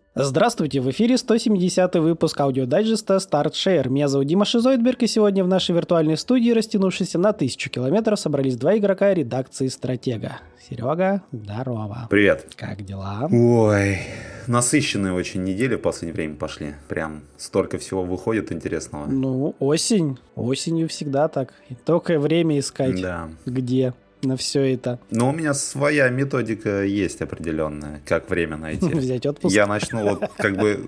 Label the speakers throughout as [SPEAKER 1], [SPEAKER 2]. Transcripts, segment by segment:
[SPEAKER 1] Здравствуйте, в эфире 170-й выпуск аудиодайджеста StartShare. Меня зовут Дима Шизойдберг, и сегодня в нашей виртуальной студии, растянувшейся на 1000 километров, собрались два игрока редакции «Стратега». Серега, здорово.
[SPEAKER 2] Привет.
[SPEAKER 1] Как дела?
[SPEAKER 2] Ой, насыщенные очень недели в последнее время пошли. Прям столько всего выходит интересного.
[SPEAKER 1] Ну, осень. Осенью всегда так. И только время искать.
[SPEAKER 2] Да.
[SPEAKER 1] Где на все это.
[SPEAKER 2] Но у меня своя методика есть определенная, как время найти.
[SPEAKER 1] Взять отпуск?
[SPEAKER 2] Я начну вот как бы...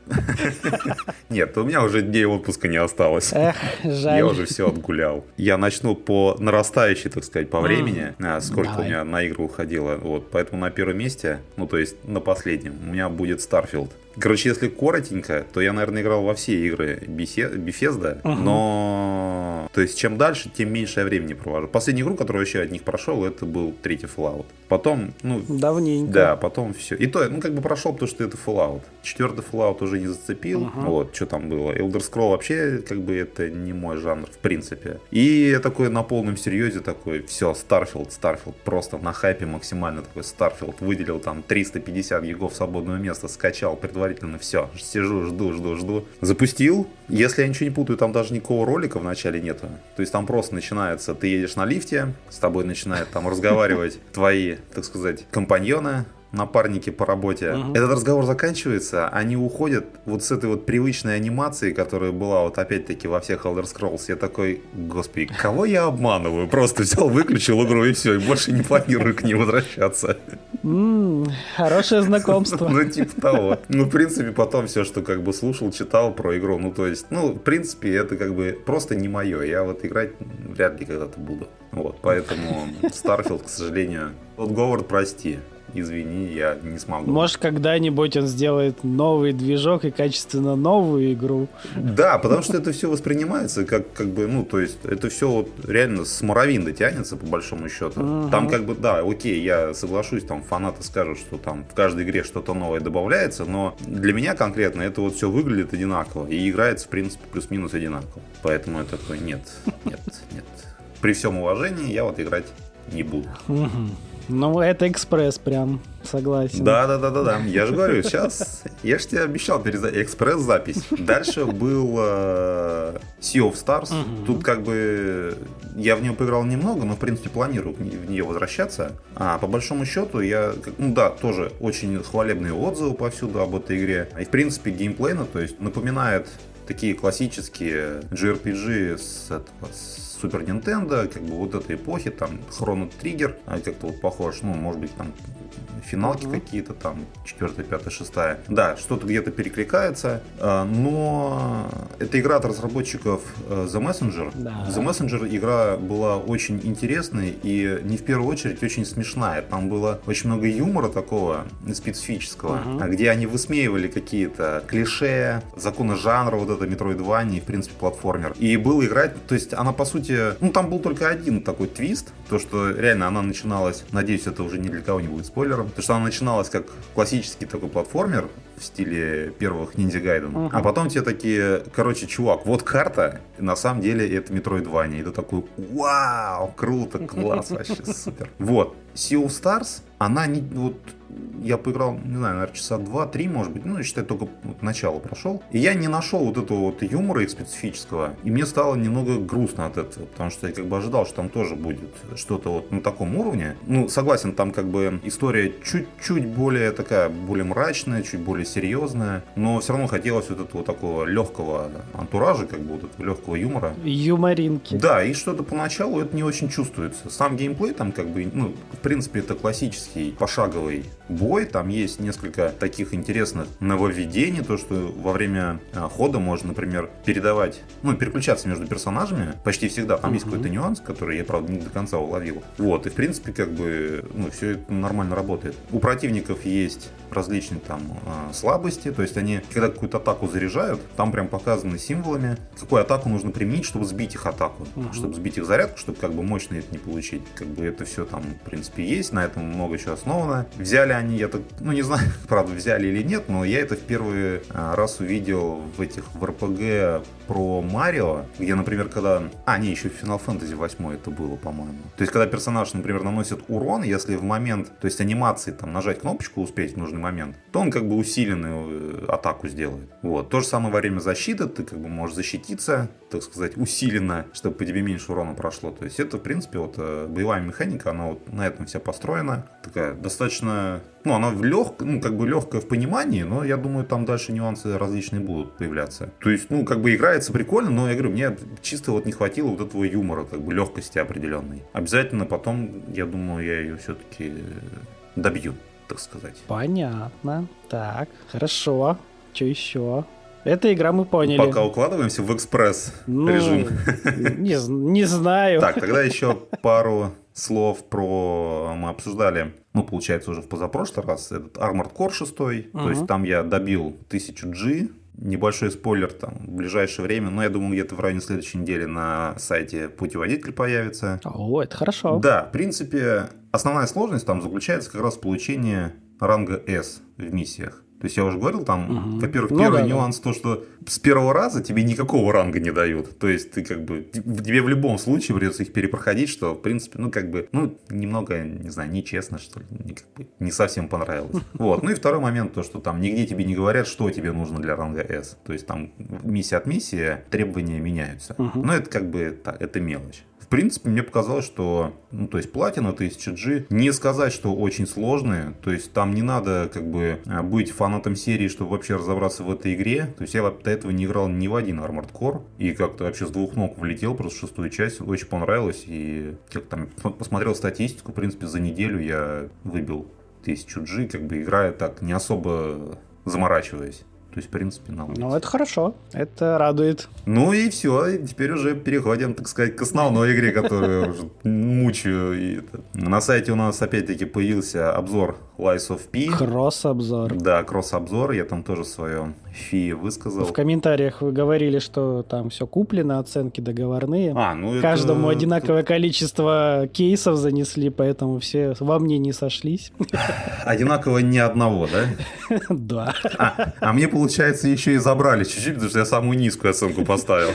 [SPEAKER 2] Нет, у меня уже дней отпуска не осталось.
[SPEAKER 1] Эх, жаль.
[SPEAKER 2] Я уже все отгулял. Я начну по нарастающей, так сказать, по времени, сколько
[SPEAKER 1] Давай.
[SPEAKER 2] у меня на игру уходило. Вот, поэтому на первом месте, ну то есть на последнем, у меня будет Starfield. Короче, если коротенько, то я, наверное, играл во все игры Bethesda, но... То есть, чем дальше, тем меньше я времени провожу. Последнюю игру, которую вообще от них прошел, это был третий Fallout. Потом, ну...
[SPEAKER 1] Давненько.
[SPEAKER 2] Да, потом все. И то, ну, как бы прошел, потому что это Fallout. Четвертый Fallout уже не зацепил. Вот, что там было. Elder Scroll вообще, как бы, это не мой жанр, в принципе. И я такой на полном серьезе такой, все, Starfield, просто на хайпе максимально такой Starfield. Выделил там 350 гигов свободного места, скачал предварительно, все. Сижу, жду. Запустил. Если я ничего не путаю, там даже никакого ролика в начале нету. То есть там просто начинается, ты едешь на лифте, с тобой начинают там разговаривать твои, так сказать, компаньоны, напарники по работе. Этот разговор заканчивается, они уходят вот с этой вот привычной анимацией, которая была вот опять-таки во всех Elder Scrolls. Я такой, господи, кого я обманываю? Просто взял, выключил игру и все, и больше не планирую к ней возвращаться.
[SPEAKER 1] Хорошее знакомство.
[SPEAKER 2] Ну, типа того. Ну, в принципе, потом все, что как бы слушал, читал про игру, ну, то есть, ну, в принципе, это как бы просто не мое. Я вот играть вряд ли когда-то буду. Вот, поэтому Starfield, к сожалению, вот Говард, прости. Извини, я не смогу.
[SPEAKER 1] Может, когда-нибудь он сделает новый движок и качественно новую игру.
[SPEAKER 2] Да, потому что это все воспринимается как бы, ну, то есть, это все вот реально с Моровинда тянется, по большому счету. Там как бы, да, окей, я соглашусь, там фанаты скажут, что там в каждой игре что-то новое добавляется, но для меня конкретно это вот все выглядит одинаково и играется, в принципе, плюс-минус одинаково. Поэтому я такой, нет. При всем уважении я вот играть не буду.
[SPEAKER 1] Ну, это экспресс прям, согласен.
[SPEAKER 2] Да. Я же говорю, сейчас, я же тебе обещал экспресс-запись. Дальше был Sea of Stars. Тут как бы я в нее поиграл немного, но в принципе планирую в нее возвращаться. А по большому счету я, ну да, тоже очень хвалебные отзывы повсюду об этой игре. И в принципе геймплейно, то есть напоминает такие классические JRPG с Супер Нинтендо, как бы вот этой эпохи, там Chrono Trigger, как-то вот похож, ну, может быть, там финалки какие-то, там 4, 5, 6. Да, что-то где-то перекликается, но это игра от разработчиков The Messenger.
[SPEAKER 1] Да.
[SPEAKER 2] The Messenger игра была очень интересной и не в первую очередь очень смешная. Там было очень много юмора такого специфического, где они высмеивали какие-то клише, законы жанра, вот это Metroidvania и, в принципе, платформер. И было играть, то есть она, по сути, ну, там был только один такой твист, то, что реально она начиналась, надеюсь, это уже ни для кого не будет спойлером, то, что она начиналась как классический такой платформер в стиле первых Ninja Gaiden, а потом тебе такие, короче, чувак, вот карта, и на самом деле это Metroidvania, и ты такой, вау, круто, класс, вообще супер. Вот, Sea of Stars, она не, вот, я поиграл, не знаю, наверное, часа 2-3, может быть, ну, я считаю, только начало прошел. И я не нашел вот этого вот юмора их специфического, и мне стало немного грустно от этого, потому что я как бы ожидал, что там тоже будет что-то вот на таком уровне. Ну, согласен, там как бы история чуть-чуть более такая, более мрачная, чуть более серьезная, но все равно хотелось вот этого такого легкого антуража, как бы вот этого легкого юмора.
[SPEAKER 1] Юморинки.
[SPEAKER 2] Да, и что-то поначалу это не очень чувствуется. Сам геймплей там как бы, ну, в принципе, это классический пошаговый бой, там есть несколько таких интересных нововведений, то, что во время хода можно, например, передавать, ну, переключаться между персонажами почти всегда, там есть какой-то нюанс, который я, правда, не до конца уловил. Вот, и, в принципе, как бы, ну, все это нормально работает. У противников есть различные там слабости, то есть они, когда какую-то атаку заряжают, там прям показаны символами, какую атаку нужно применить, чтобы сбить их атаку, чтобы сбить их зарядку, чтобы как бы мощно это не получить. Как бы это все там, в принципе, есть, на этом много чего основано. Взяли они, я так, ну не знаю, правда, взяли или нет, но я это в первый раз увидел в РПГ про Марио, где, например, когда... не, еще в Final Fantasy 8 это было, по-моему. То есть, когда персонаж, например, наносит урон, если в момент, то есть анимации, там, нажать кнопочку успеть в нужный момент, то он как бы усиленную атаку сделает. Вот. То же самое во время защиты, ты как бы можешь защититься, так сказать, усиленно, чтобы по тебе меньше урона прошло. То есть, это, в принципе, вот боевая механика, она вот на этом вся построена. Такая достаточно... Ну, она легкая в понимании, но я думаю, там дальше нюансы различные будут появляться. То есть, ну, как бы играется прикольно, но я говорю, мне чисто вот не хватило вот этого юмора, как бы легкости определенной. Обязательно потом, я думаю, я ее все-таки добью, так сказать.
[SPEAKER 1] Понятно. Так, хорошо. Что еще? Эта игра мы поняли.
[SPEAKER 2] Пока укладываемся в экспресс-режим.
[SPEAKER 1] Не знаю.
[SPEAKER 2] Так, тогда еще пару слов мы обсуждали, ну, получается, уже в позапрошлый раз, этот Armored Core 6, то есть там я добил 1000G, небольшой спойлер, там, в ближайшее время, но я думаю, где-то в районе следующей недели на сайте путеводитель появится.
[SPEAKER 1] О, это хорошо.
[SPEAKER 2] Да, в принципе, основная сложность там заключается как раз в получении ранга S в миссиях. То есть я уже говорил, там, во-первых, первый нюанс то, что с первого раза тебе никакого ранга не дают. То есть ты как бы тебе в любом случае придется их перепроходить, что в принципе, ну как бы, ну немного, не знаю, нечестно, что ли, не совсем понравилось. Вот. Ну и второй момент, то, что там нигде тебе не говорят, что тебе нужно для ранга S. То есть там миссия от миссии требования меняются. Но это как бы, это мелочь. В принципе, мне показалось, что, ну, то есть, платина 1000G, не сказать, что очень сложные, то есть, там не надо, как бы, быть фанатом серии, чтобы вообще разобраться в этой игре, то есть, я до этого не играл ни в один Armored Core, и как-то вообще с двух ног влетел просто в шестую часть, очень понравилось, и как там, посмотрел статистику, в принципе, за неделю я выбил 1000G, как бы, играя так, не особо заморачиваясь. То есть, в принципе, на улице.
[SPEAKER 1] Ну, это хорошо. Это радует.
[SPEAKER 2] Ну и все. И теперь уже переходим, так сказать, к основной игре, которую я уже мучаю. На сайте у нас опять-таки появился обзор Lies of P.
[SPEAKER 1] Кросс-обзор.
[SPEAKER 2] Да, кросс-обзор. Я там тоже свое фи высказал.
[SPEAKER 1] В комментариях вы говорили, что там все куплено, оценки договорные.
[SPEAKER 2] Ну
[SPEAKER 1] Каждому одинаковое количество кейсов занесли, поэтому все во мне не сошлись.
[SPEAKER 2] Одинаково ни одного, да?
[SPEAKER 1] Да.
[SPEAKER 2] А мне, получается, еще и забрали чуть-чуть, потому что я самую низкую оценку поставил.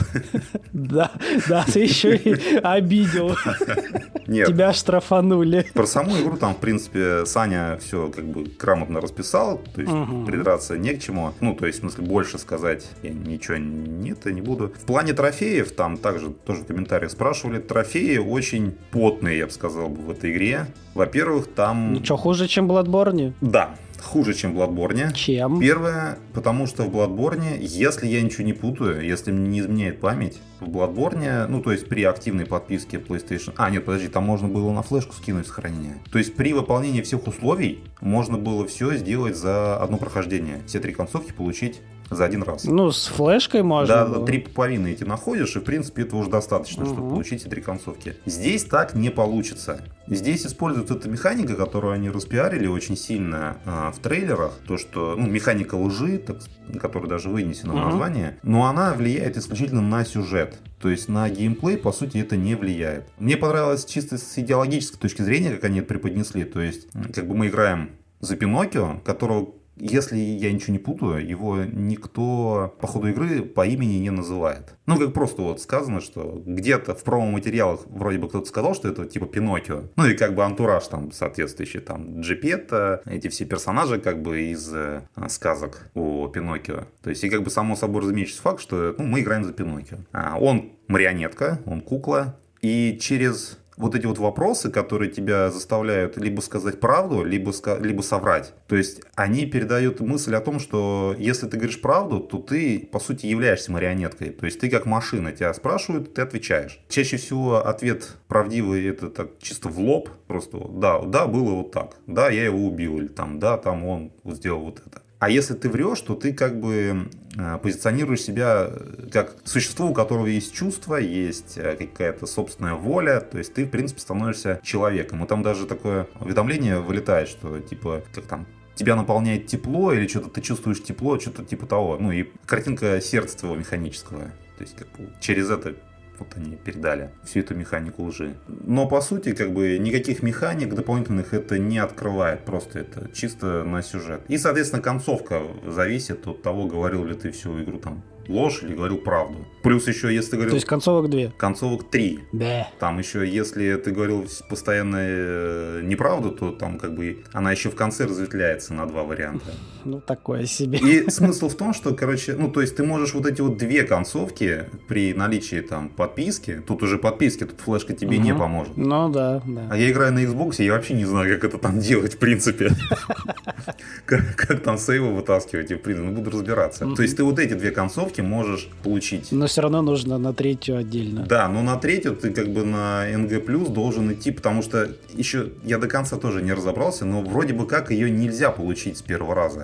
[SPEAKER 1] Да, ты еще и обидел.
[SPEAKER 2] Нет.
[SPEAKER 1] Тебя штрафанули.
[SPEAKER 2] Про саму игру там, в принципе, Саня все как бы грамотно расписал, то есть придраться не к чему. Ну, то есть, в смысле, больше сказать я ничего не буду. В плане трофеев, там также тоже в комментариях спрашивали, трофеи очень потные, я бы сказал, в этой игре. Во-первых, там...
[SPEAKER 1] Ничего хуже, чем в Bloodborne?
[SPEAKER 2] Да. Хуже, чем в Bloodborne.
[SPEAKER 1] Чем?
[SPEAKER 2] Первое, потому что в Bloodborne, если я ничего не путаю, если мне не изменяет память, в Bloodborne, ну, то есть при активной подписке PlayStation... нет, подожди, там можно было на флешку скинуть сохранение. То есть при выполнении всех условий можно было все сделать за одно прохождение. Все 3 концовки получить за один раз.
[SPEAKER 1] Ну, с флешкой можно
[SPEAKER 2] Да,
[SPEAKER 1] было.
[SPEAKER 2] 3 пуповины эти находишь, и, в принципе, этого уже достаточно, чтобы получить эти 3 концовки. Здесь так не получится. Здесь используют эту механику, которую они распиарили очень сильно в трейлерах. То, что, механика лжи, которая даже вынесена в название, но она влияет исключительно на сюжет. То есть на геймплей, по сути, это не влияет. Мне понравилось чисто с идеологической точки зрения, как они это преподнесли. То есть, как бы мы играем за Пиноккио, которого... Если я ничего не путаю, его никто по ходу игры по имени не называет. Ну, как просто вот сказано, что где-то в промо-материалах вроде бы кто-то сказал, что это типа Пиноккио. Ну, и как бы антураж там соответствующий, там Джепетто, эти все персонажи как бы из сказок о Пиноккио. То есть, и как бы само собой разумеющийся факт, что мы играем за Пиноккио. Он марионетка, он кукла, и через... вот эти вот вопросы, которые тебя заставляют либо сказать правду, либо соврать. То есть они передают мысль о том, что если ты говоришь правду, то ты, по сути, являешься марионеткой. То есть ты как машина, тебя спрашивают, ты отвечаешь. Чаще всего ответ правдивый, это так чисто в лоб. Просто да, было вот так. Да, я его убил. Или там, да, там он сделал вот это. А если ты врешь, то ты как бы позиционируешь себя как существо, у которого есть чувства, есть какая-то собственная воля, то есть ты, в принципе, становишься человеком. И там даже такое уведомление вылетает, что типа, как там, тебя наполняет тепло, или что-то ты чувствуешь тепло, что-то типа того. Ну и картинка сердца твоего механического. То есть как бы через это Вот они передали всю эту механику лжи. Но по сути, как бы никаких механик дополнительных это не открывает. Просто это чисто на сюжет. И, соответственно, концовка зависит от того, говорил ли ты всю игру там ложь или говорил правду. Плюс еще, если ты говорил...
[SPEAKER 1] То есть концовок 2?
[SPEAKER 2] Концовок 3.
[SPEAKER 1] Да.
[SPEAKER 2] Там еще, если ты говорил постоянно неправду, то там как бы она еще в конце разветвляется на 2 варианта.
[SPEAKER 1] Ну, такое себе.
[SPEAKER 2] И смысл в том, что, короче, ну, то есть ты можешь вот эти вот 2 концовки при наличии там подписки, тут уже подписки, тут флешка тебе не поможет.
[SPEAKER 1] Ну, да, да.
[SPEAKER 2] А я играю на Xbox, я вообще не знаю, как это там делать, в принципе. Как там сейвы вытаскивать, и, в принципе, буду разбираться. То есть ты вот эти 2 концовки можешь получить.
[SPEAKER 1] Но все равно нужно на 3-ю отдельно.
[SPEAKER 2] Да, но на 3-ю ты как бы на NG+, должен идти, потому что еще я до конца тоже не разобрался, но вроде бы как ее нельзя получить с первого раза.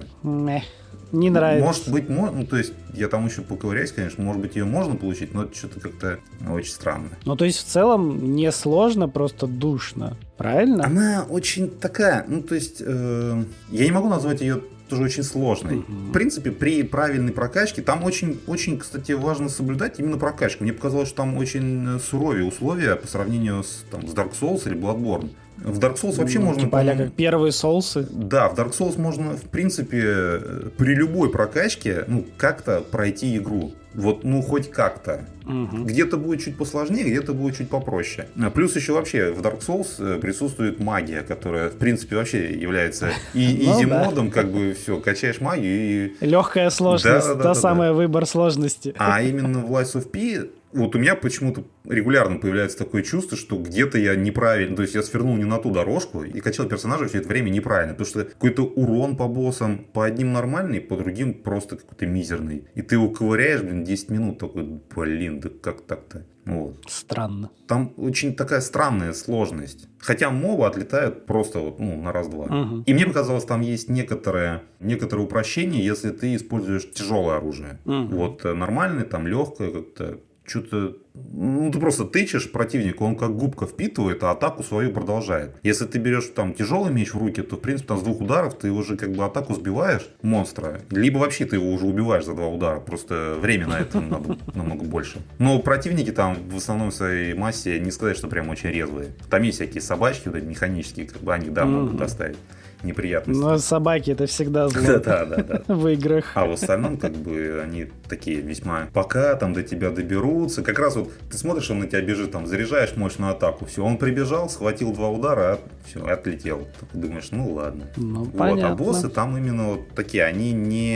[SPEAKER 1] Не нравится.
[SPEAKER 2] Может быть, ну то есть я там еще поковыряюсь, конечно, может быть ее можно получить, но это что-то как-то очень странно.
[SPEAKER 1] Ну то есть в целом не сложно, просто душно, правильно?
[SPEAKER 2] Она очень такая, ну то есть я не могу назвать ее тоже очень сложной. В принципе, при правильной прокачке там очень, кстати, важно соблюдать именно прокачку. Мне показалось, что там очень суровые условия по сравнению с Dark Souls или Bloodborne. В Dark Souls вообще можно...
[SPEAKER 1] Типа как первые соулсы?
[SPEAKER 2] Да, в Dark Souls можно, в принципе, при любой прокачке, ну, как-то пройти игру. Вот, ну, хоть как-то. Где-то будет чуть посложнее, где-то будет чуть попроще. Плюс еще вообще в Dark Souls присутствует магия, которая, в принципе, вообще является изи-модом, как бы все, качаешь магию и...
[SPEAKER 1] Легкая сложность, та самая выбор сложности.
[SPEAKER 2] А именно в Lies of P... Вот у меня почему-то регулярно появляется такое чувство, что где-то я неправильно, то есть я свернул не на ту дорожку и качал персонажа все это время неправильно, потому что какой-то урон по боссам, по одним нормальный, по другим просто какой-то мизерный. И ты его ковыряешь, 10 минут, такой, да как так-то? Вот.
[SPEAKER 1] Странно.
[SPEAKER 2] Там очень такая странная сложность. Хотя мобы отлетают просто вот, на раз-два. И мне показалось, там есть некоторое упрощение, если ты используешь тяжелое оружие. Вот нормальное, там легкое, как-то что-то... Ну, ты просто тычешь противника, он как губка впитывает, а атаку свою продолжает. Если ты берешь там тяжелый меч в руки, то, в принципе, там с 2 ударов ты уже как бы атаку сбиваешь монстра. Либо вообще ты его уже убиваешь за 2 удара. Просто время на это надо намного больше. Но противники там в основном в своей массе, не сказать, что прям очень резвые. Там есть всякие собачки, вот эти механические, как бы они, да, могут доставить неприятности.
[SPEAKER 1] Но собаки это всегда зло.
[SPEAKER 2] Да.
[SPEAKER 1] В играх.
[SPEAKER 2] А в остальном, как бы, они такие весьма... Пока там до тебя доберутся. Как раз вот ты смотришь, он на тебя бежит, там, заряжаешь мощную атаку. Все, он прибежал, схватил 2 удара, все, отлетел. Ты думаешь, ну ладно.
[SPEAKER 1] Ну,
[SPEAKER 2] вот,
[SPEAKER 1] понятно.
[SPEAKER 2] а боссы там именно вот такие, они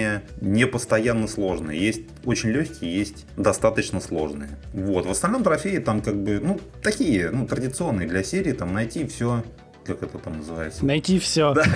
[SPEAKER 2] не постоянно сложные. Есть очень легкие, есть достаточно сложные. Вот, в остальном трофеи там как бы, ну, такие, ну, традиционные для серии, там, найти все... Как это там называется?
[SPEAKER 1] Найти все.
[SPEAKER 2] Да.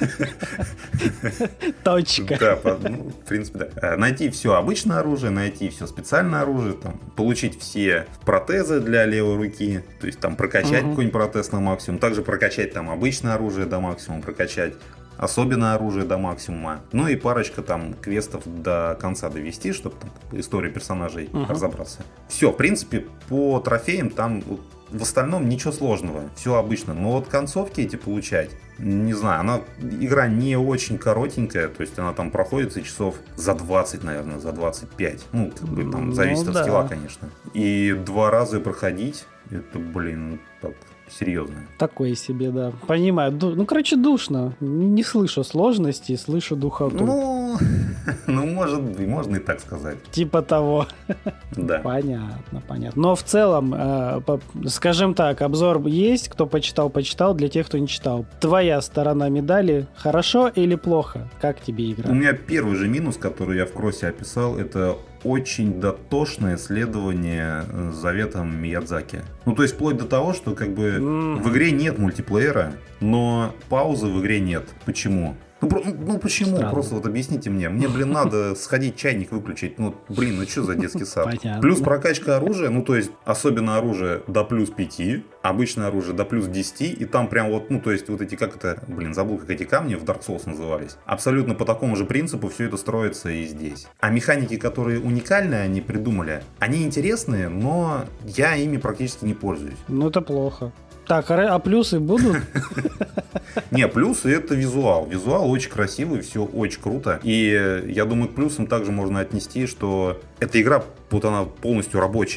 [SPEAKER 1] Точка.
[SPEAKER 2] Да, ну, в принципе, да. Найти все обычное оружие, найти все специальное оружие, там, получить все протезы для левой руки, то есть там прокачать какой-нибудь протез на максимум, также прокачать там обычное оружие до максимума, прокачать особенное оружие до максимума, ну и парочка там квестов до конца довести, чтобы там историю персонажей разобраться. Все, в принципе, по трофеям там в остальном ничего сложного, все обычно. Но вот концовки эти получать, не знаю, игра не очень коротенькая, то есть она там проходится часов за 20, наверное, за 25. Ну, как бы там зависит от скилла, конечно. И 2 раза проходить, это, блин, так... серьезно.
[SPEAKER 1] Такое себе, да. Понимаю. Ну, короче, душно. Не слышу сложности, слышу духоту.
[SPEAKER 2] Ну, может быть, можно и так сказать.
[SPEAKER 1] Типа того.
[SPEAKER 2] Да.
[SPEAKER 1] Понятно. Но в целом, скажем так, обзор есть, кто почитал, для тех, кто не читал. Твоя сторона медали, хорошо или плохо? Как тебе игра?
[SPEAKER 2] У меня первый же минус, который я в кроссе описал, это очень дотошное следование заветам Миядзаки. Ну, то есть, вплоть до того, что как бы в игре нет мультиплеера, но паузы в игре нет. Почему? Ну почему?
[SPEAKER 1] Странно.
[SPEAKER 2] Просто вот объясните мне. Мне, блин, сходить чайник выключить. Ну, блин, ну что за детский сад?
[SPEAKER 1] Понятно.
[SPEAKER 2] Плюс прокачка оружия, ну, то есть, особенно оружие до плюс 5, обычное оружие до плюс 10, и там прям вот, ну, то есть, вот эти, как это, забыл, как эти камни в Dark Souls назывались. Абсолютно по такому же принципу все это строится и здесь. А механики, которые уникальные они придумали, они интересные, но я ими практически не пользуюсь.
[SPEAKER 1] Ну, это плохо. Так, а плюсы будут?
[SPEAKER 2] Не, плюсы это визуал. Визуал очень красивый, все очень круто. И я думаю, к плюсам также можно отнести, что эта игра, вот она полностью рабочая.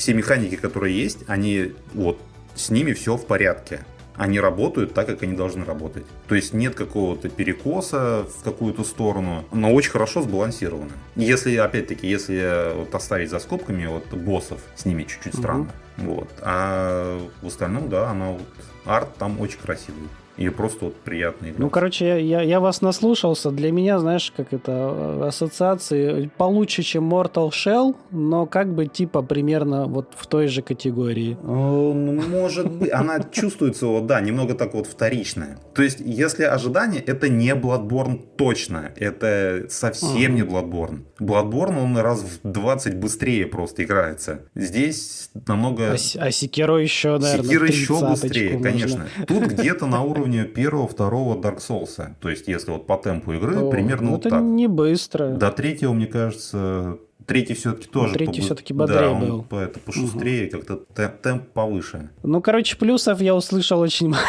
[SPEAKER 2] все механики, которые есть, они вот с ними все в порядке. Они работают так, как они должны работать. То есть нет какого-то перекоса в какую-то сторону, но очень хорошо сбалансировано. Если, опять-таки, если вот оставить за скобками вот боссов, с ними чуть-чуть странно. Вот. А в остальном, да, она вот, арт там очень красивый. Ее просто вот приятно играть.
[SPEAKER 1] Ну, короче, я вас наслушался. Для меня, знаешь, как это, ассоциации получше, чем Mortal Shell, но как бы типа примерно вот в той же категории.
[SPEAKER 2] Может быть. Она чувствуется, вот, да, немного так вот вторичная. То есть, если ожидание, это не Bloodborne точно. Это совсем не Bloodborne. Bloodborne, он раз в 20 быстрее просто играется. Здесь намного...
[SPEAKER 1] А Sekiro еще, наверное,
[SPEAKER 2] Sekiro еще быстрее, конечно. Тут где-то на уровне первого, второго Dark Souls. То есть, если вот по темпу игры, примерно вот так.
[SPEAKER 1] Это не быстро.
[SPEAKER 2] До третьего, мне кажется... Третий все-таки тоже...
[SPEAKER 1] Третий все-таки бодрее был.
[SPEAKER 2] Да, он пошустрее, как-то темп повыше.
[SPEAKER 1] Ну, короче, плюсов я услышал очень мало.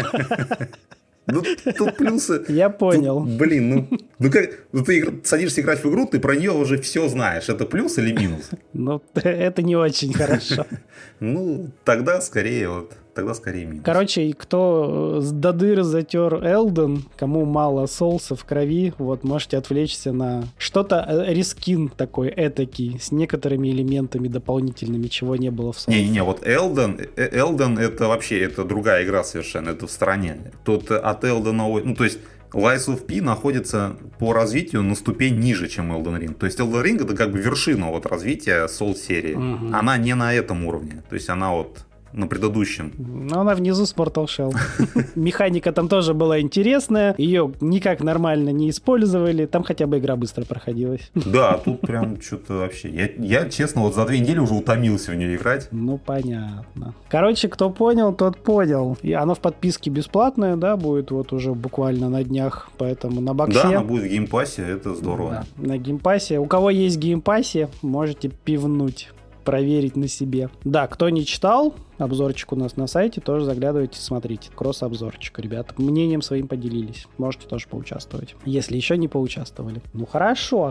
[SPEAKER 2] Ну, тут плюсы...
[SPEAKER 1] Я понял.
[SPEAKER 2] Блин, ну как... Ну, ты садишься играть в игру, ты про нее уже все знаешь. Это плюс или минус?
[SPEAKER 1] Ну, это не очень хорошо.
[SPEAKER 2] Ну, тогда скорее вот... Тогда скорее минус.
[SPEAKER 1] Короче, кто до дыр затер Элден, кому мало соуса в крови, вот можете отвлечься на что-то рискин такой этакий, с некоторыми элементами дополнительными, чего не было в соусе.
[SPEAKER 2] Не-не-не, вот Элден это вообще это другая игра совершенно, это в стороне. Тут от Элдена... Ну, то есть... Lies of P находится по развитию на ступень ниже, чем Elden Ring. То есть Elden Ring это как бы вершина вот развития Souls-серии. Она не на этом уровне. То есть она вот на предыдущем.
[SPEAKER 1] Но она внизу с Mortal Shell. Механика там тоже была интересная. Ее никак нормально не использовали. Там хотя бы игра быстро проходилась.
[SPEAKER 2] Да, тут прям что-то вообще... Я, честно, вот за 2 недели уже утомился в нее играть.
[SPEAKER 1] Ну, понятно. Короче, кто понял, тот понял. И она в подписке бесплатная, да, будет вот уже буквально на днях. Поэтому на боксе...
[SPEAKER 2] Да, она будет в геймпассе, это здорово.
[SPEAKER 1] Да, на геймпассе. У кого есть геймпассе, можете пивнуть, проверить на себе. Да, кто не читал, обзорчик у нас на сайте, тоже заглядывайте, смотрите. Кросс-обзорчик, ребята. Мнением своим поделились. Можете тоже поучаствовать, если еще не поучаствовали. Ну, хорошо.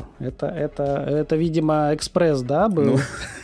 [SPEAKER 1] Это видимо, экспресс, да, был?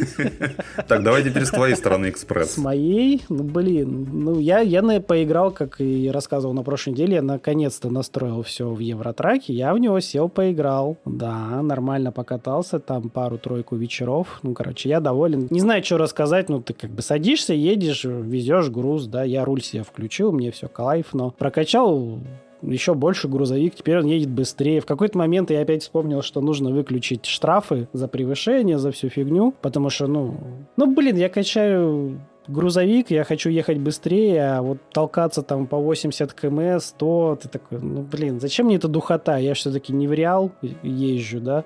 [SPEAKER 2] Так, давай теперь с твоей стороны экспресс.
[SPEAKER 1] С моей? Ну, блин. Ну, я поиграл, как и рассказывал на прошлой неделе, я наконец-то настроил все в Евротраке. Я в него сел, поиграл. Да, нормально покатался. Там пару-тройку вечеров. Ну, короче, я доволен. Не знаю, что рассказать. Ну, ты как бы садишься, едешь, везешь груз, да, я руль себе включил, мне все кайфно. Прокачал еще больше грузовик, теперь он едет быстрее. В какой-то момент я опять вспомнил, что нужно выключить штрафы за превышение, за всю фигню, потому что, блин, я качаю грузовик, я хочу ехать быстрее, а вот толкаться там по 80 км, 100, ты такой, блин, зачем мне эта духота? Я все-таки не в Реал езжу, да,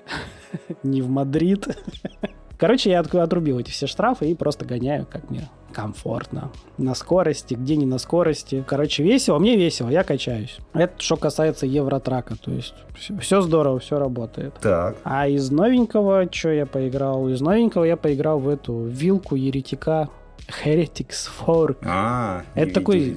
[SPEAKER 1] не в Мадрид. Короче, я отрубил эти все штрафы и просто гоняю, как мне комфортно. На скорости, где не на скорости. Короче, весело. Мне весело, я качаюсь. Это что касается Евротрака. То есть все здорово, все работает.
[SPEAKER 2] Так.
[SPEAKER 1] А из новенького, что я поиграл? Из новенького я поиграл в эту вилку еретика. Heretics Fork. Это такой...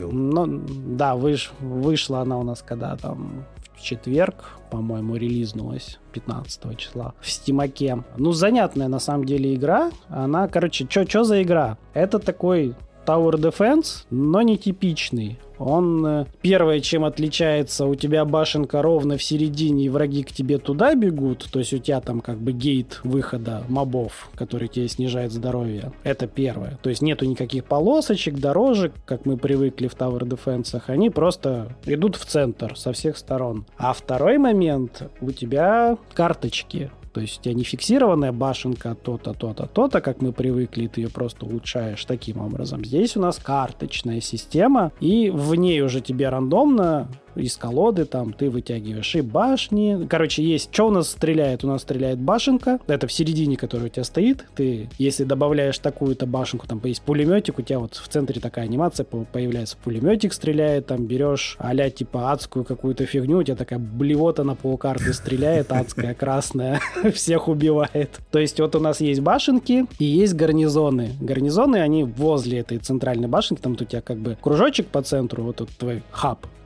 [SPEAKER 1] да, вышла она у нас когда там... В четверг, по-моему, релизнулась 15 числа в Стимаке. Занятная на самом деле игра. Она, короче, что за игра? Это такой Tower Defense, но не типичный. Он, первое, чем отличается, у тебя башенка ровно в середине, и враги к тебе туда бегут, то есть у тебя там как бы гейт выхода мобов, который тебе снижает здоровье. Это первое. То есть нету никаких полосочек, дорожек, как мы привыкли в Tower Defense. Они просто идут в центр со всех сторон. А второй момент, у тебя карточки. То есть у тебя не фиксированная башенка то-то, то-то, то-то, как мы привыкли, и ты ее просто улучшаешь таким образом. Здесь у нас карточная система, и в ней уже тебе рандомно из колоды там ты вытягиваешь и башни. Короче, есть... Что у нас стреляет? У нас стреляет башенка. Это в середине, которая у тебя стоит. Ты, если добавляешь такую-то башенку, там есть пулеметик, у тебя вот в центре такая анимация появляется. Пулеметик стреляет, там берешь а-ля типа адскую какую-то фигню, у тебя такая блевота на полкарты стреляет, адская, красная, всех убивает. То есть вот у нас есть башенки и есть гарнизоны. Гарнизоны, они возле этой центральной башенки, там вот у тебя как бы кружочек по центру, вот тут твой хаб,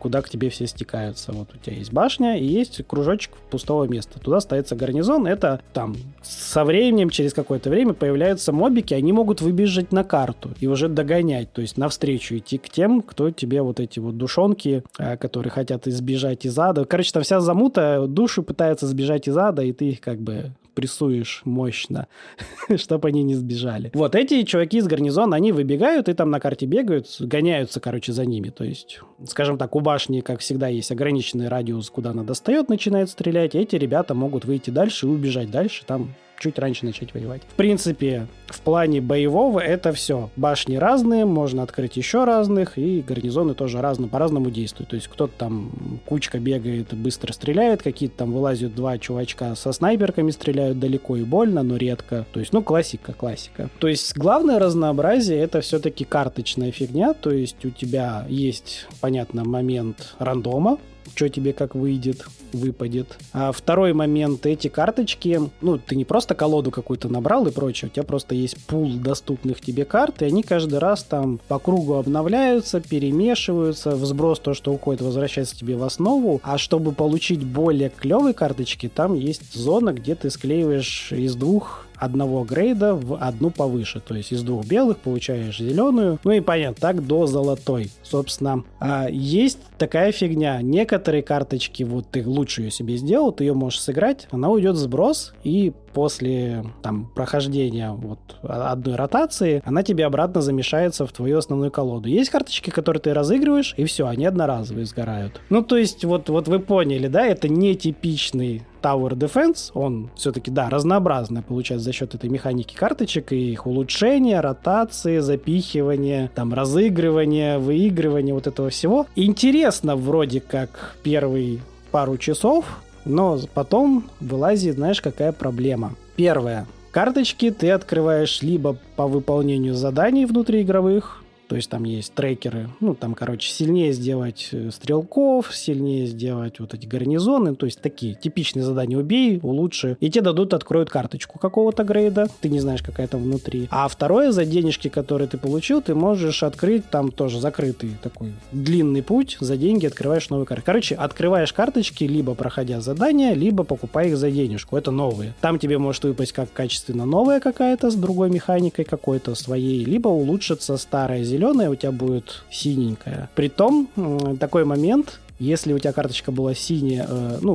[SPEAKER 1] куда к тебе все стекаются. Вот у тебя есть башня и есть кружочек пустого места. Туда ставится гарнизон. Это там со временем, через какое-то время появляются мобики, они могут выбежать на карту и уже догонять, то есть навстречу идти к тем, кто тебе вот эти вот душонки, которые хотят избежать из ада. Короче, там вся замута, души пытаются сбежать из ада, и ты их как бы прессуешь мощно, чтобы они не сбежали. Вот эти чуваки из гарнизона, они выбегают и там на карте бегают, гоняются, короче, за ними. То есть, скажем так, у башни, как всегда, есть ограниченный радиус, куда она достает, начинает стрелять. Эти ребята могут выйти дальше и убежать дальше, там чуть раньше начать воевать. В принципе, в плане боевого это все. Башни разные, можно открыть еще разных, и гарнизоны тоже по-разному действуют. То есть кто-то там кучка бегает, быстро стреляет, какие-то там вылазят два чувачка со снайперками, стреляют далеко и больно, но редко. То есть, классика. То есть главное разнообразие это все-таки карточная фигня, то есть у тебя есть, понятно, момент рандома, что тебе как выпадет. А второй момент, эти карточки, ты не просто колоду какую-то набрал и прочее, у тебя просто есть пул доступных тебе карт, и они каждый раз там по кругу обновляются, перемешиваются, в сброс то, что уходит, возвращается тебе в основу, а чтобы получить более клевые карточки, там есть зона, где ты склеиваешь из одного грейда в одну повыше. То есть из 2 белых получаешь зеленую. И понятно, так до золотой. Собственно, есть такая фигня. Некоторые карточки, вот ты лучше ее себе сделал, ты ее можешь сыграть, она уйдет в сброс, и после прохождения одной ротации она тебе обратно замешается в твою основную колоду. Есть карточки, которые ты разыгрываешь, и все, они одноразовые сгорают. То есть, вот вы поняли, да, это не типичный Tower Defense, он все-таки, да, разнообразный получается за счет этой механики карточек и их улучшения, ротации, запихивания, разыгрывания, выигрывания, вот этого всего. Интересно вроде как первые пару часов, но потом вылазит, знаешь, какая проблема. Первое. Карточки ты открываешь либо по выполнению заданий внутриигровых, то есть там есть трекеры, сильнее сделать стрелков, сильнее сделать вот эти гарнизоны, то есть такие типичные задания: убей, улучши, и тебе откроют карточку какого-то грейда, ты не знаешь, какая там внутри. А второе, за денежки, которые ты получил, ты можешь открыть там тоже закрытый такой длинный путь, за деньги открываешь новые карты. Короче, открываешь карточки, либо проходя задания, либо покупая их за денежку, это новые. Там тебе может выпасть как качественно новая какая-то с другой механикой какой-то своей, либо улучшится старая зеленая, у тебя будет синенькая. Притом, такой момент, если у тебя карточка была синяя,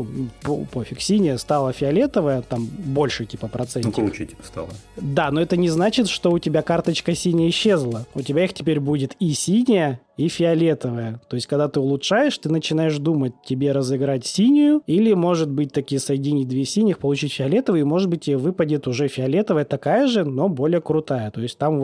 [SPEAKER 1] пофиг, синяя стала фиолетовая, там больше процентов.
[SPEAKER 2] Круче стало.
[SPEAKER 1] Да, но это не значит, что у тебя карточка синяя исчезла. У тебя их теперь будет и синяя, и фиолетовая. То есть, когда ты улучшаешь, ты начинаешь думать, тебе разыграть синюю, или, может быть, такие соединить 2 синих, получить фиолетовую, и, может быть, тебе выпадет уже фиолетовая такая же, но более крутая. То есть, там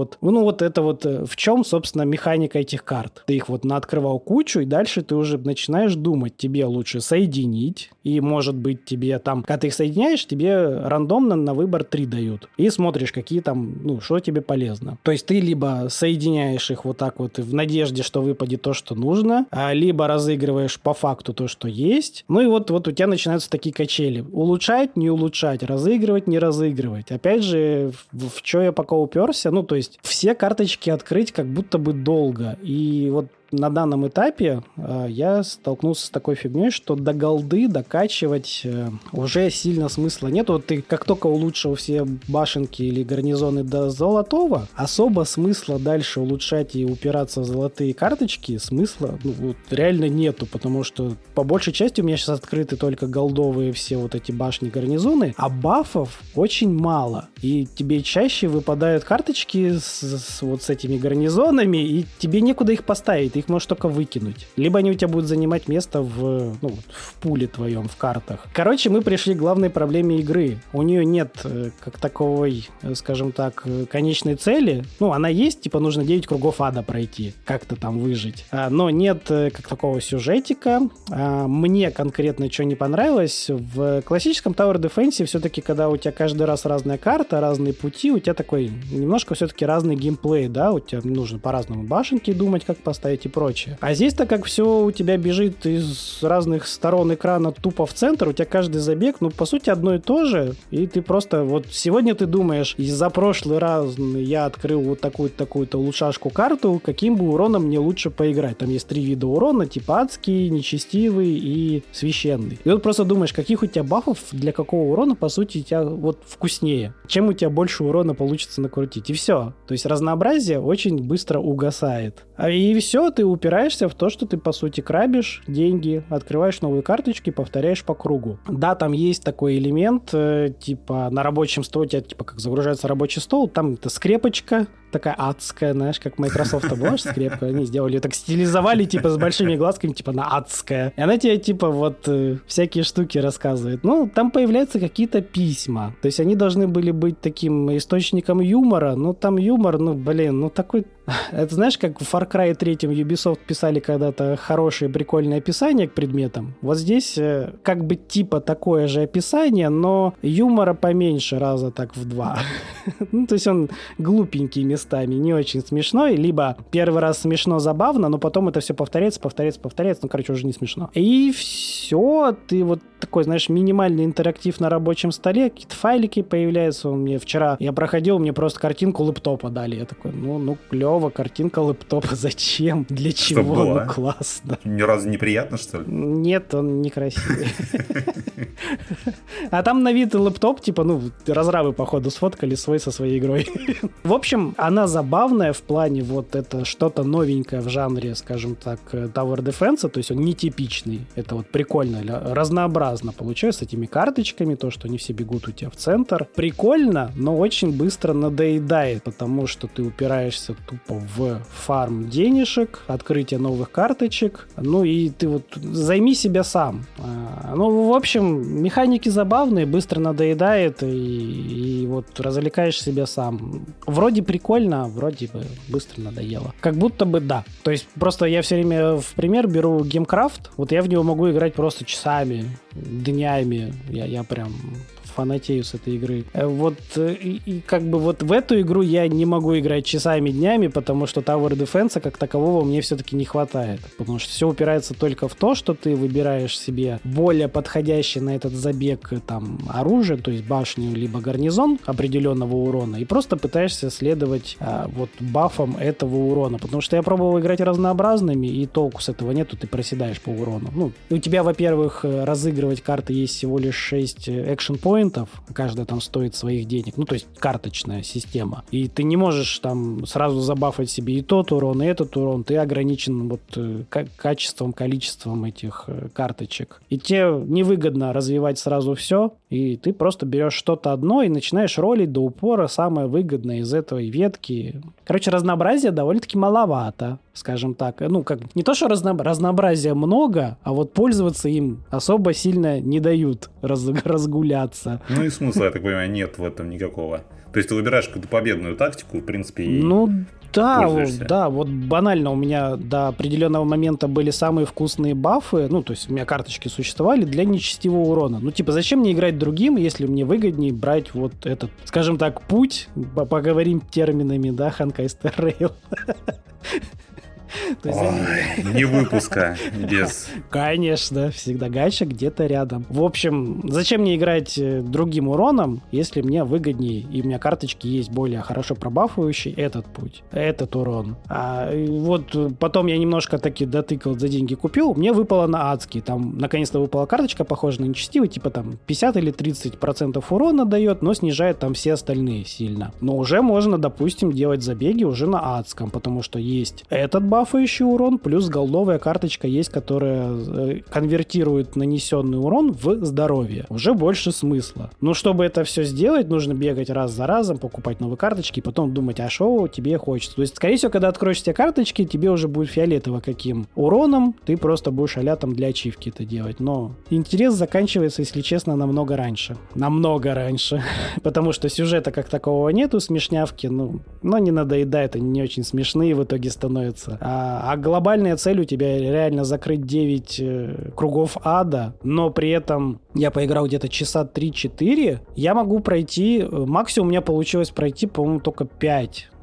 [SPEAKER 1] в чем, собственно, механика этих карт. Ты их наоткрывал кучу, и дальше ты уже начинаешь думать, тебе лучше соединить, и, может быть, тебе когда ты их соединяешь, тебе рандомно на выбор 3 дают. И смотришь, какие там, что тебе полезно. То есть, ты либо соединяешь их вот так вот в надежде, что выпадет то, что нужно, либо разыгрываешь по факту то, что есть. И вот у тебя начинаются такие качели. Улучшать, не улучшать, разыгрывать, не разыгрывать. Опять же, в что я пока уперся, то есть все карточки открыть как будто бы долго. И вот на данном этапе я столкнулся с такой фигней, что до голды докачивать уже сильно смысла нет. Вот ты как только улучшил все башенки или гарнизоны до золотого, особо смысла дальше улучшать и упираться в золотые карточки смысла реально нету, потому что по большей части у меня сейчас открыты только голдовые все вот эти башни, гарнизоны, а бафов очень мало. И тебе чаще выпадают карточки с этими гарнизонами, и тебе некуда их поставить. Ты их можешь только выкинуть. Либо они у тебя будут занимать место в пуле твоем, в картах. Короче, мы пришли к главной проблеме игры. У нее нет как таковой, скажем так, конечной цели. Она есть, нужно 9 кругов ада пройти, как-то там выжить. Но нет как такого сюжетика. Мне конкретно что не понравилось, в классическом Tower Defense все-таки, когда у тебя каждый раз разная карта, разные пути, у тебя такой немножко все-таки разный геймплей, да, у тебя нужно по-разному башенки думать, как поставить и прочее. А здесь-то как все у тебя бежит из разных сторон экрана тупо в центр, у тебя каждый забег, ну, по сути, одно и то же, и ты просто вот сегодня ты думаешь, за прошлый раз я открыл вот такую-то улучшашку карту, каким бы уроном мне лучше поиграть. Там есть 3 вида урона, типа адский, нечестивый и священный. И вот просто думаешь, каких у тебя бафов для какого урона, по сути, у тебя вот вкуснее. Чем у тебя больше урона получится накрутить. И все. То есть разнообразие очень быстро угасает. И все, ты упираешься в то, что ты, по сути, крабишь деньги, открываешь новые карточки, повторяешь по кругу. Да, там есть такой элемент, типа на рабочем столе, у тебя типа как загружается рабочий стол, там это скрепочка, такая адская, знаешь, как Microsoft была скрепка, они сделали ее так, стилизовали, типа, с большими глазками, типа, на адская. И она тебе, типа, вот, всякие штуки рассказывает. Ну, там появляются какие-то письма. То есть они должны были быть таким источником юмора, но там юмор, ну, блин, ну, такой... Это знаешь, как в Far Cry 3 Ubisoft писали когда-то хорошие, прикольные описания к предметам? Вот здесь как бы типа такое же описание, но юмора поменьше раза так в 2. Ну, то есть он глупенький местами, не очень смешной, либо первый раз смешно, забавно, но потом это все повторяется, ну, короче, уже не смешно. И все, ты вот такой, знаешь, минимальный интерактив на рабочем столе, какие-то файлики появляются. Мне вчера, я проходил, мне просто картинку лэптопа дали. Я такой, ну, клево, картинка лэптопа, зачем? Для чего?
[SPEAKER 2] Что было?
[SPEAKER 1] Ну, классно.
[SPEAKER 2] Ни разу неприятно, что ли?
[SPEAKER 1] Нет, он некрасивый. А там на вид лэптоп, типа, ну, разрабы, походу, сфоткали свой со своей игрой. В общем, она забавная в плане вот это что-то новенькое в жанре, скажем так, Tower Defense, то есть он нетипичный. Это вот прикольно, разнообразно получается с этими карточками, то, что они все бегут у тебя в центр. Прикольно, но очень быстро надоедает, потому что ты упираешься тупо в фарм денежек, открытие новых карточек, ну и ты вот займи себя сам. Ну, в общем, механики забавные, быстро надоедает, и вот развлекаешь себя сам. Вроде прикольно, вроде бы быстро надоело. Как будто бы да. То есть просто я все время в пример беру GameCraft, вот я в него могу играть просто часами, днями. Я прям фанатею с этой игры. Вот и как бы вот в эту игру я не могу играть часами, днями, потому что Tower Defense как такового мне все-таки не хватает. Потому что все упирается только в то, что ты выбираешь себе более подходящее на этот забег там оружие, то есть башню либо гарнизон определенного урона, и просто пытаешься следовать вот бафам этого урона. Потому что я пробовал играть разнообразными, и толку с этого нету, ты проседаешь по урону. Ну, у тебя, во-первых, разыгрывать карты есть всего лишь 6 экшен поинтов, каждая там стоит своих денег, ну, то есть карточная система. И ты не можешь там сразу забафать себе и тот урон, и этот урон. Ты ограничен вот качеством, количеством этих карточек. И тебе невыгодно развивать сразу все, и ты просто берешь что-то одно и начинаешь ролить до упора самое выгодное из этой ветки. Короче, разнообразия довольно-таки маловато, скажем так. Ну, как не то, что разнообразия много, а вот пользоваться им особо сильно не дают разгуляться.
[SPEAKER 2] Ну и смысла, я так понимаю, нет в этом никакого. То есть ты выбираешь какую-то победную тактику, в принципе, и
[SPEAKER 1] да, вот банально у меня до определенного момента были самые вкусные бафы, ну, то есть у меня карточки существовали для нечестивого урона. Ну, типа, зачем мне играть другим, если мне выгоднее брать вот этот, скажем так, путь, поговорим терминами, да, Honkai Star Rail.
[SPEAKER 2] Не выпуска без...
[SPEAKER 1] Конечно, всегда гача где-то рядом. В общем, зачем мне играть другим уроном, если мне выгоднее, и у меня карточки есть более хорошо пробафующие этот путь, этот урон. Вот потом я немножко таки дотыкал, за деньги купил, мне выпало на адский. Там наконец-то выпала карточка, похожая на нечестивый, типа там 50 или 30% урона дает, но снижает там все остальные сильно. Но уже можно, допустим, делать забеги уже на адском, потому что есть этот бафающий урон, плюс голдовая карточка есть, которая конвертирует нанесенный урон в здоровье. Уже больше смысла. Но чтобы это все сделать, нужно бегать раз за разом, покупать новые карточки, и потом думать, а что тебе хочется. То есть, скорее всего, когда откроешь все карточки, тебе уже будет фиолетово каким уроном, ты просто будешь а-ля там для ачивки это делать. Но интерес заканчивается, если честно, намного раньше. Намного раньше. Потому что сюжета как такового нету, смешнявки, но не надоедает, они не очень смешные в итоге становятся. А глобальная цель у тебя реально закрыть 9 кругов ада, но при этом я поиграл где-то часа 3-4, я могу пройти, максимум у меня получилось пройти, по-моему, только 5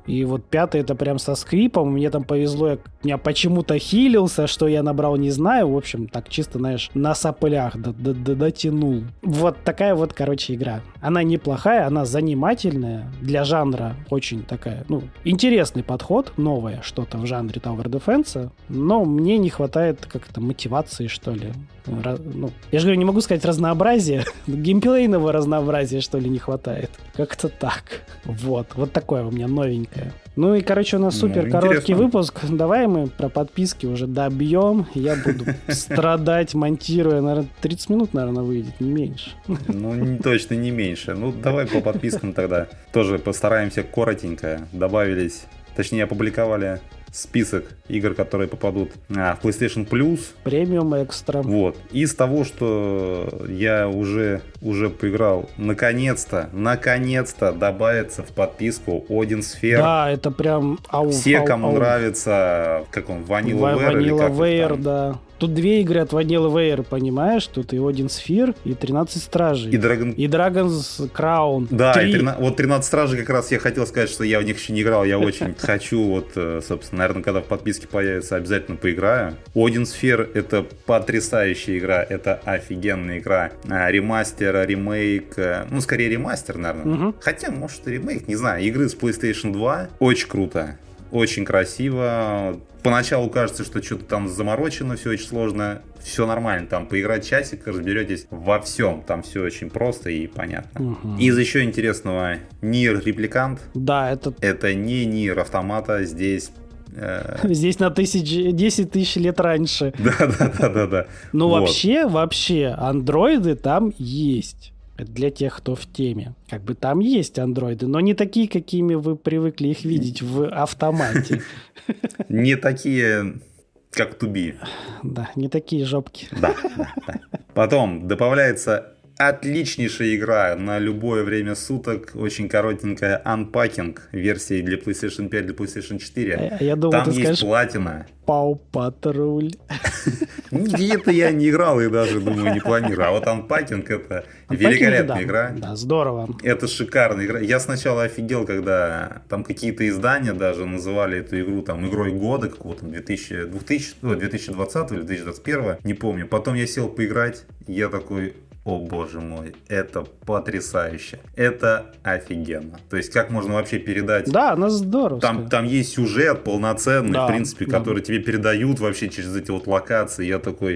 [SPEAKER 1] И вот 5 это прям со скрипом. Мне там повезло, я почему-то хилился, что я набрал, не знаю. В общем, так чисто, знаешь, на соплях дотянул. Вот такая вот, короче, игра. Она неплохая, она занимательная. Для жанра очень такая, ну, интересный подход, новое что-то в жанре Tower Defense. Но мне не хватает как-то мотивации, что ли. Ну, я же говорю, не могу сказать разнообразия. Геймплейного разнообразия, что ли, не хватает. Как-то так. Вот такое у меня новенькое. Ну и, короче, у нас супер короткий выпуск. Давай мы про подписки уже добьем. Я буду страдать, монтируя. Наверное, 30 минут, наверное, выйдет, не меньше.
[SPEAKER 2] Ну, точно не меньше. Ну, давай по подпискам тогда. Тоже постараемся коротенько. Добавились, точнее, опубликовали список игр, которые попадут в PlayStation Plus.
[SPEAKER 1] Премиум экстра.
[SPEAKER 2] Вот. Из того, что я уже поиграл, наконец-то добавится в подписку Odin Sphere.
[SPEAKER 1] Да, это прям...
[SPEAKER 2] Кому нравится, как он, Vanilla Ware или как
[SPEAKER 1] Ware, да. Тут 2 игры от Vanilla Ware, понимаешь? Тут и Odin Sphere, и 13 Стражей. И Dragon's Crown.
[SPEAKER 2] Да, вот 13 Стражей как раз я хотел сказать, что я в них еще не играл. Я очень хочу, вот, собственно, наверное, когда в подписке появится, обязательно поиграю. Odin Sphere — это потрясающая игра, это офигенная игра. Ремастер, ремейк, ну, скорее ремастер, наверное. Угу. Хотя, может, и ремейк, не знаю. Игры с PlayStation 2. Очень круто. Очень красиво. Поначалу кажется, что что-то там заморочено, все очень сложно. Все нормально, там поиграть часик, разберетесь во всем. Там все очень просто и понятно. Угу. Из еще интересного, Nier Replicant.
[SPEAKER 1] Да,
[SPEAKER 2] это не Nier Автомата, здесь...
[SPEAKER 1] Здесь на 10 тысяч лет раньше.
[SPEAKER 2] Да.
[SPEAKER 1] Ну, вот. вообще, андроиды там есть. Это для тех, кто в теме. Как бы там есть андроиды, но не такие, какими вы привыкли их видеть в Автомате.
[SPEAKER 2] Не такие, как Туби.
[SPEAKER 1] Да, не такие жопки.
[SPEAKER 2] Да. Потом добавляется отличнейшая игра на любое время суток, очень коротенькая, Unpacking версии для PlayStation 5, для PlayStation 4.
[SPEAKER 1] Я думал,
[SPEAKER 2] там
[SPEAKER 1] ты
[SPEAKER 2] есть
[SPEAKER 1] скажешь
[SPEAKER 2] платина.
[SPEAKER 1] Пау Патруль.
[SPEAKER 2] Это я не играл и даже, думаю, не планирую. А вот Unpacking — это великолепная игра.
[SPEAKER 1] Да, здорово.
[SPEAKER 2] Это шикарная игра. Я сначала офигел, когда там какие-то издания даже называли эту игру там игрой года какого-то 2020 или 2021, не помню. Потом я сел поиграть, и я такой... О боже мой, это потрясающе. Это офигенно. То есть, как можно вообще передать...
[SPEAKER 1] Да, она здорово.
[SPEAKER 2] Там есть сюжет полноценный, да, в принципе, который тебе передают вообще через эти вот локации. Я такой...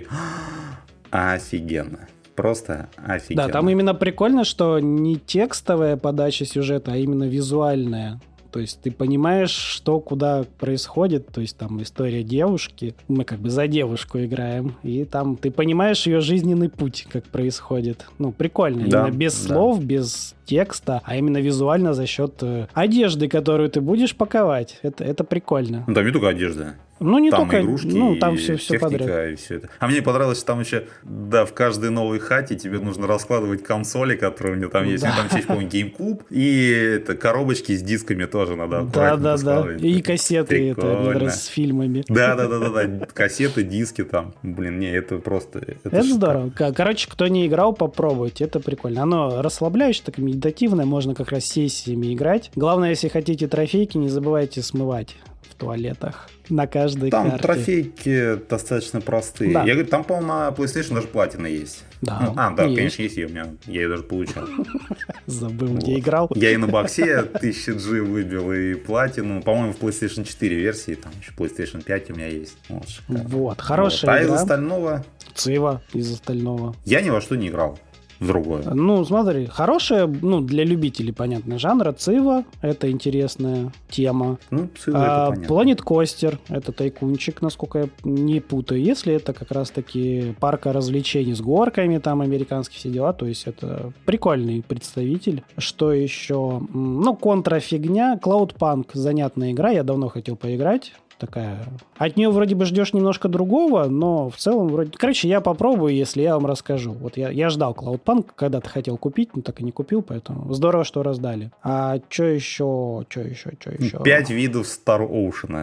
[SPEAKER 2] Офигенно. Просто офигенно.
[SPEAKER 1] Да, там именно прикольно, что не текстовая подача сюжета, а именно визуальная. То есть ты понимаешь, что куда происходит, то есть там история девушки, мы как бы за девушку играем, и там ты понимаешь ее жизненный путь, как происходит. Ну, прикольно, да, именно без слов, без текста, а именно визуально за счет одежды, которую ты будешь паковать. Это прикольно.
[SPEAKER 2] Ну, там не только одежда.
[SPEAKER 1] Ну, не
[SPEAKER 2] там
[SPEAKER 1] только
[SPEAKER 2] игрушки,
[SPEAKER 1] ну, там все
[SPEAKER 2] техника
[SPEAKER 1] подряд.
[SPEAKER 2] И все это. А мне понравилось, что там еще, да, в каждой новой хате тебе нужно раскладывать консоли, которые у меня там есть. Да. У меня там есть, по-моему, GameCube, и это, коробочки с дисками тоже надо
[SPEAKER 1] раскладывать. И кассеты это, с фильмами.
[SPEAKER 2] Да. Кассеты, диски там. Блин, не, это просто...
[SPEAKER 1] Это здорово. Короче, кто не играл, попробуйте. Это прикольно. Оно расслабляющее, так медитативное, можно как раз сессиями играть. Главное, если хотите трофейки, не забывайте смывать в туалетах на каждой карте.
[SPEAKER 2] Там трофейки достаточно простые. Да. Я говорю, там, по-моему, на PlayStation даже платина есть.
[SPEAKER 1] Да.
[SPEAKER 2] Конечно, есть. Я ее даже получал.
[SPEAKER 1] Забыл, где играл.
[SPEAKER 2] Я и на боксе 1000G выбил, и платину. По-моему, в PlayStation 4 версии, там еще PlayStation 5 у меня есть.
[SPEAKER 1] Вот, хорошая игра.
[SPEAKER 2] А из остального?
[SPEAKER 1] Цива из остального.
[SPEAKER 2] Я ни во что не играл. В другое.
[SPEAKER 1] Ну, смотри, хорошая, ну, для любителей, понятно, жанра. Цива — это интересная тема.
[SPEAKER 2] Ну, Цива это понятно.
[SPEAKER 1] Planet Coaster — это тайкунчик, насколько я не путаю. Если это как раз-таки парка развлечений с горками, там американские все дела, то есть это прикольный представитель. Что еще? Ну, контрафигня. Cloudpunk — занятная игра, я давно хотел поиграть. Такая. От нее вроде бы ждешь немножко другого, но в целом вроде... Короче, я попробую, если я вам расскажу. Вот я ждал Cloudpunk, когда-то хотел купить, но так и не купил, поэтому здорово, что раздали. А что еще? 5
[SPEAKER 2] видов Star Ocean.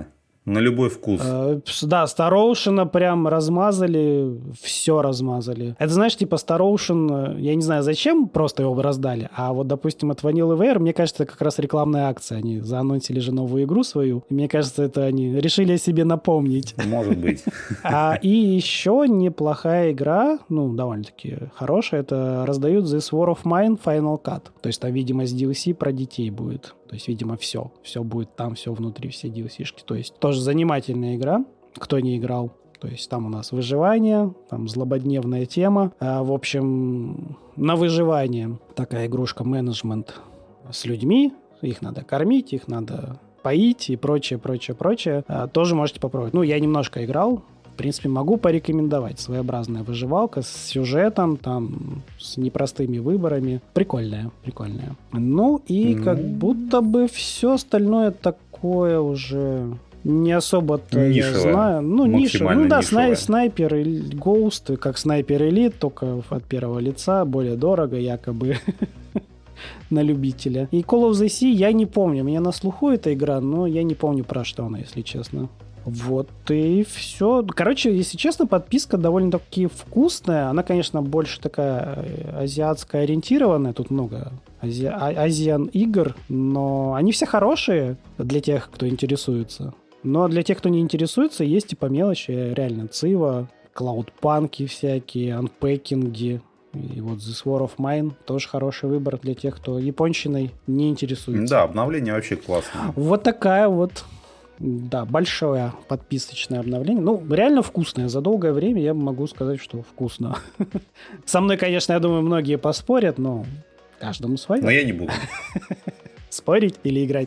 [SPEAKER 2] На любой вкус.
[SPEAKER 1] Да, Star Ocean прям размазали, все размазали. Это, знаешь, типа Star Ocean, я не знаю, зачем просто его раздали, а вот, допустим, от Vanilla Ware, мне кажется, это как раз рекламная акция. Они заанонсили же новую игру свою, и мне кажется, это они решили о себе напомнить.
[SPEAKER 2] Может быть.
[SPEAKER 1] И еще неплохая игра, ну, довольно-таки хорошая, это раздают This War of Mine Final Cut. То есть там, видимо, с DLC про детей будет. То есть, видимо, все будет там, все внутри, все DLC-шки. То есть тоже занимательная игра, кто не играл. То есть там у нас выживание, там злободневная тема. В общем, на выживание такая игрушка менеджмент с людьми. Их надо кормить, их надо поить и прочее. Тоже можете попробовать. Ну, я немножко играл. В принципе, могу порекомендовать. Своеобразная выживалка с сюжетом, там, с непростыми выборами. Прикольная. Ну, и как будто бы все остальное такое уже не особо-то я знаю. Ну, ниша. Ну, да, снайпер и Ghost, как снайпер Элит, только от первого лица, более дорого, якобы. На любителя. И Call of the Sea я не помню. У меня на слуху эта игра, но я не помню, про что она, если честно. Вот и все. Короче, если честно, подписка довольно-таки вкусная. Она, конечно, больше такая азиатская ориентированная. Тут много азиан игр, но они все хорошие для тех, кто интересуется. Но для тех, кто не интересуется, есть и по мелочи. Реально, Цива, клаудпанки всякие, анпэкинги. И вот This War of Mine тоже хороший выбор для тех, кто японщиной не интересуется.
[SPEAKER 2] Да, обновление вообще классное.
[SPEAKER 1] Вот такая вот, да, большое подписочное обновление. Ну, реально вкусное. За долгое время я могу сказать, что вкусно. Со мной, конечно, я думаю, многие поспорят, но каждому свое.
[SPEAKER 2] Но я не буду.
[SPEAKER 1] Спорить или играть?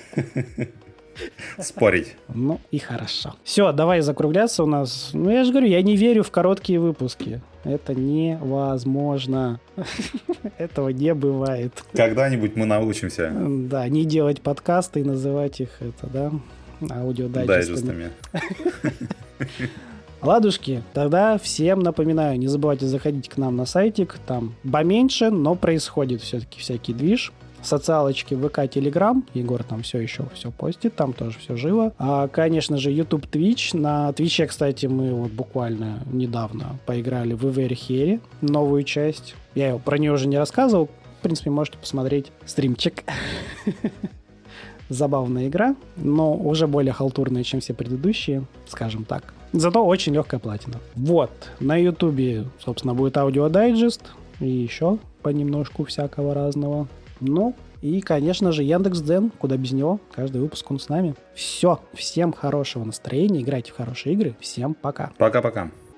[SPEAKER 2] Спорить.
[SPEAKER 1] Ну и хорошо. Все, давай закругляться у нас. Ну, я же говорю, я не верю в короткие выпуски. Это невозможно. Этого не бывает.
[SPEAKER 2] Когда-нибудь мы научимся.
[SPEAKER 1] Да, не делать подкасты и называть их аудиодайджестами. Ладушки, тогда всем напоминаю, не забывайте заходить к нам на сайтик. Там поменьше, но происходит все-таки всякий движ. Социалочки ВК, Телеграм. Егор там все постит, там тоже все живо. Конечно же, YouTube, Twitch. На Твиче, кстати, мы вот буквально недавно поиграли в Very Hairy, новую часть. Я про нее уже не рассказывал. В принципе, можете посмотреть стримчик. Забавная игра, но уже более халтурная, чем все предыдущие, скажем так. Зато очень легкая платина. Вот, на YouTube, собственно, будет аудиодайджест и еще понемножку всякого разного. Ну, и, конечно же, Яндекс.Дзен, куда без него, каждый выпуск он с нами. Все, всем хорошего настроения, играйте в хорошие игры, всем пока.
[SPEAKER 2] Пока-пока.